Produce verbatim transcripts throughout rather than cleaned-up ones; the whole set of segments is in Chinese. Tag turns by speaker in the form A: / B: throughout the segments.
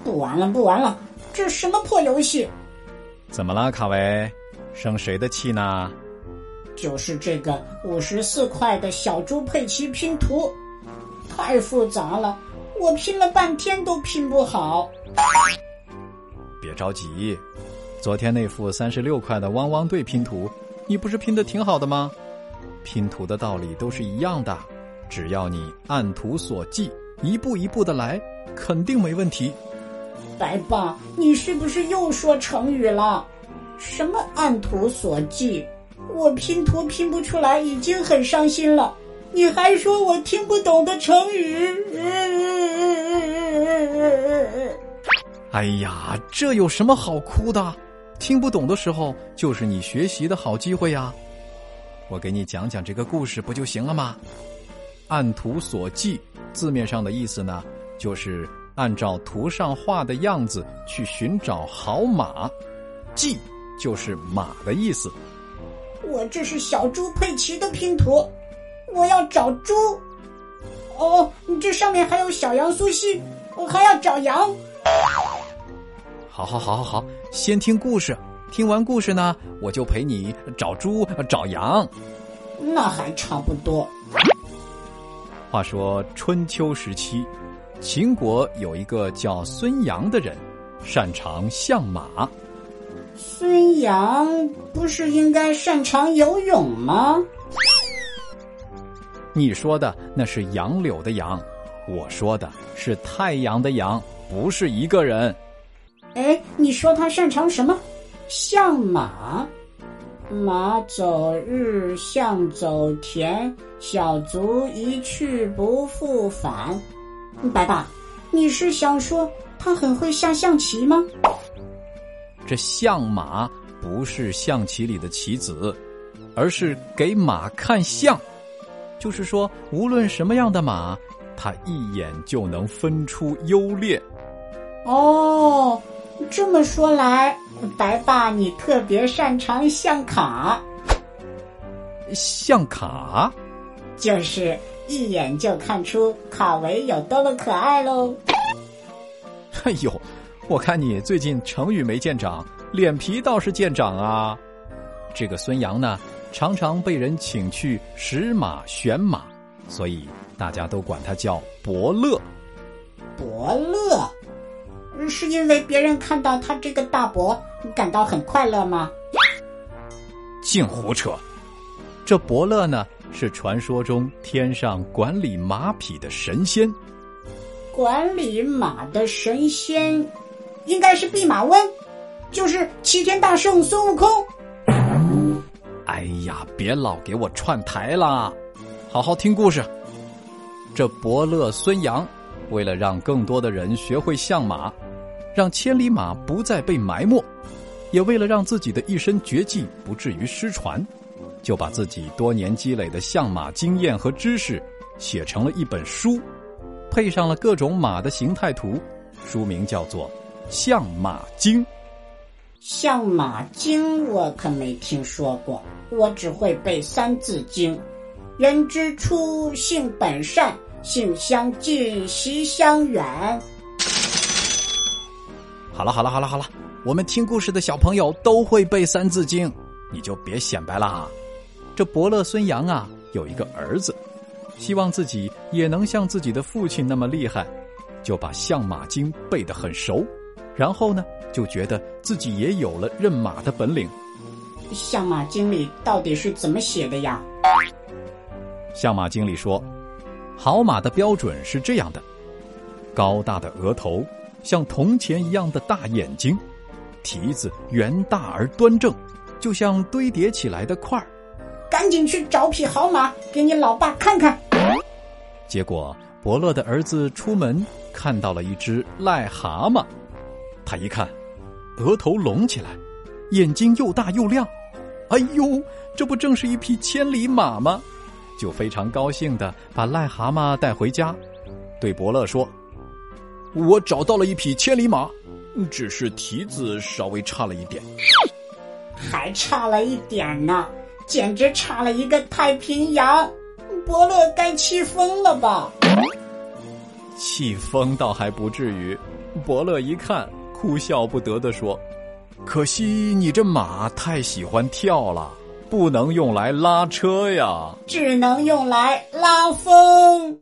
A: 不玩了不玩了，这什么破游戏？
B: 怎么了，卡维？生谁的气呢？
A: 就是这个五十四块的小猪佩奇拼图，太复杂了，我拼了半天都拼不好。
B: 别着急，昨天那副三十六块的汪汪队拼图，你不是拼得挺好的吗？拼图的道理都是一样的，只要你按图索骥，一步一步的来，肯定没问题。
A: 白爸，你是不是又说成语了？什么按图索骥？我拼图拼不出来已经很伤心了，你还说我听不懂的成语？
B: 哎呀，这有什么好哭的？听不懂的时候就是你学习的好机会呀。我给你讲讲这个故事不就行了吗？按图索骥字面上的意思呢，就是按照图上画的样子去寻找好马，骥就是马的意思。
A: 我这是小猪佩奇的拼图，我要找猪。哦，这上面还有小羊苏西，我还要找羊。
B: 好好好好好，先听故事，听完故事呢，我就陪你找猪找羊。
A: 那还差不多。
B: 话说春秋时期，秦国有一个叫孙阳的人，擅长相马。
A: 孙阳不是应该擅长游泳吗？
B: 你说的那是杨柳的杨，我说的是太阳的阳，不是一个人。
A: 哎，你说他擅长什么？相马。马走日，象走田，小卒一去不复返。白爸，你是想说他很会下象棋吗？
B: 这相马不是象棋里的棋子，而是给马看相，就是说无论什么样的马，他一眼就能分出优劣。
A: 哦，这么说来，白爸你特别擅长相卡。
B: 相卡
A: 就是一眼就看出卡维有多么可爱喽。
B: 哎呦，我看你最近成语没见长，脸皮倒是见长啊。这个孙阳呢，常常被人请去识马选马，所以大家都管他叫伯乐。
A: 伯乐是因为别人看到他这个大伯感到很快乐吗？
B: 净胡扯！这伯乐呢，是传说中天上管理马匹的神仙。
A: 管理马的神仙应该是弼马温，就是齐天大圣孙悟空。
B: 哎呀，别老给我串台啦，好好听故事。这伯乐孙阳为了让更多的人学会相马，让千里马不再被埋没，也为了让自己的一身绝技不至于失传，就把自己多年积累的相马经验和知识写成了一本书，配上了各种马的形态图，书名叫做《相马经》。
A: 相马经我可没听说过，我只会背三字经：人之初，性本善，性相近，习相远。
B: 好了好了好了好了，我们听故事的小朋友都会背三字经，你就别显摆啦。这伯乐孙阳啊，有一个儿子，希望自己也能像自己的父亲那么厉害，就把相马经背得很熟，然后呢，就觉得自己也有了认马的本领。
A: 相马经里到底是怎么写的呀？
B: 相马经里说，好马的标准是这样的：高大的额头，像铜钱一样的大眼睛，蹄子圆大而端正，就像堆叠起来的块儿。
A: 赶紧去找匹好马给你老爸看看。
B: 结果伯乐的儿子出门看到了一只癞蛤蟆，他一看，额头隆起来，眼睛又大又亮，哎呦，这不正是一匹千里马吗？就非常高兴地把癞蛤蟆带回家，对伯乐说，我找到了一匹千里马，只是蹄子稍微差了一点。
A: 还差了一点呢，简直差了一个太平洋，伯乐该气疯了吧？
B: 气疯倒还不至于， 伯乐一看，哭笑不得地说：“可惜你这马太喜欢跳了，不能用来拉车呀，
A: 只能用来拉风。”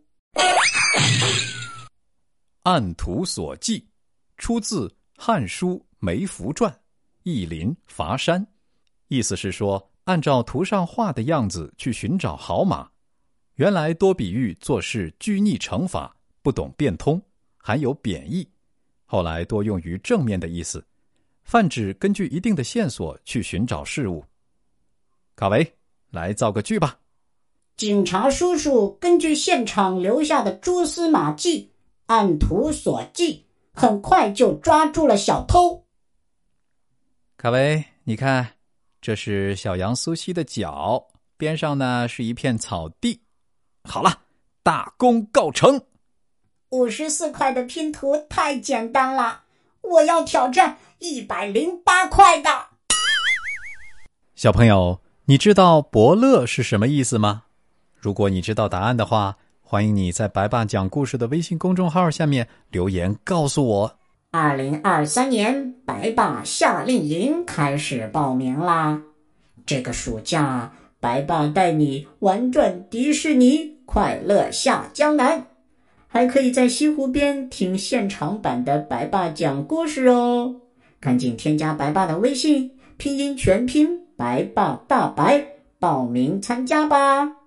B: 按图索骥，出自《汉书·梅福传》，义林伐山。意思是说，按照图上画的样子去寻找好马。原来多比喻做事拘泥惩罚，不懂变通，含有贬义。后来多用于正面的意思，泛指根据一定的线索去寻找事物。卡维，来造个句吧。
A: 警察叔叔根据现场留下的蛛丝马迹，按图索骥，很快就抓住了小偷。
B: 卡维，你看，这是小羊苏西的脚，边上呢是一片草地。好了，大功告成。
A: 五十四块的拼图太简单了，我要挑战一百零八块的。
B: 小朋友，你知道伯乐是什么意思吗？如果你知道答案的话，欢迎你在白爸讲故事的微信公众号下面留言告诉我。
A: 二零二三年白爸夏令营开始报名啦！这个暑假，白爸带你玩转迪士尼，快乐下江南，还可以在西湖边听现场版的白爸讲故事哦！赶紧添加白爸的微信，拼音全拼白爸大白，报名参加吧！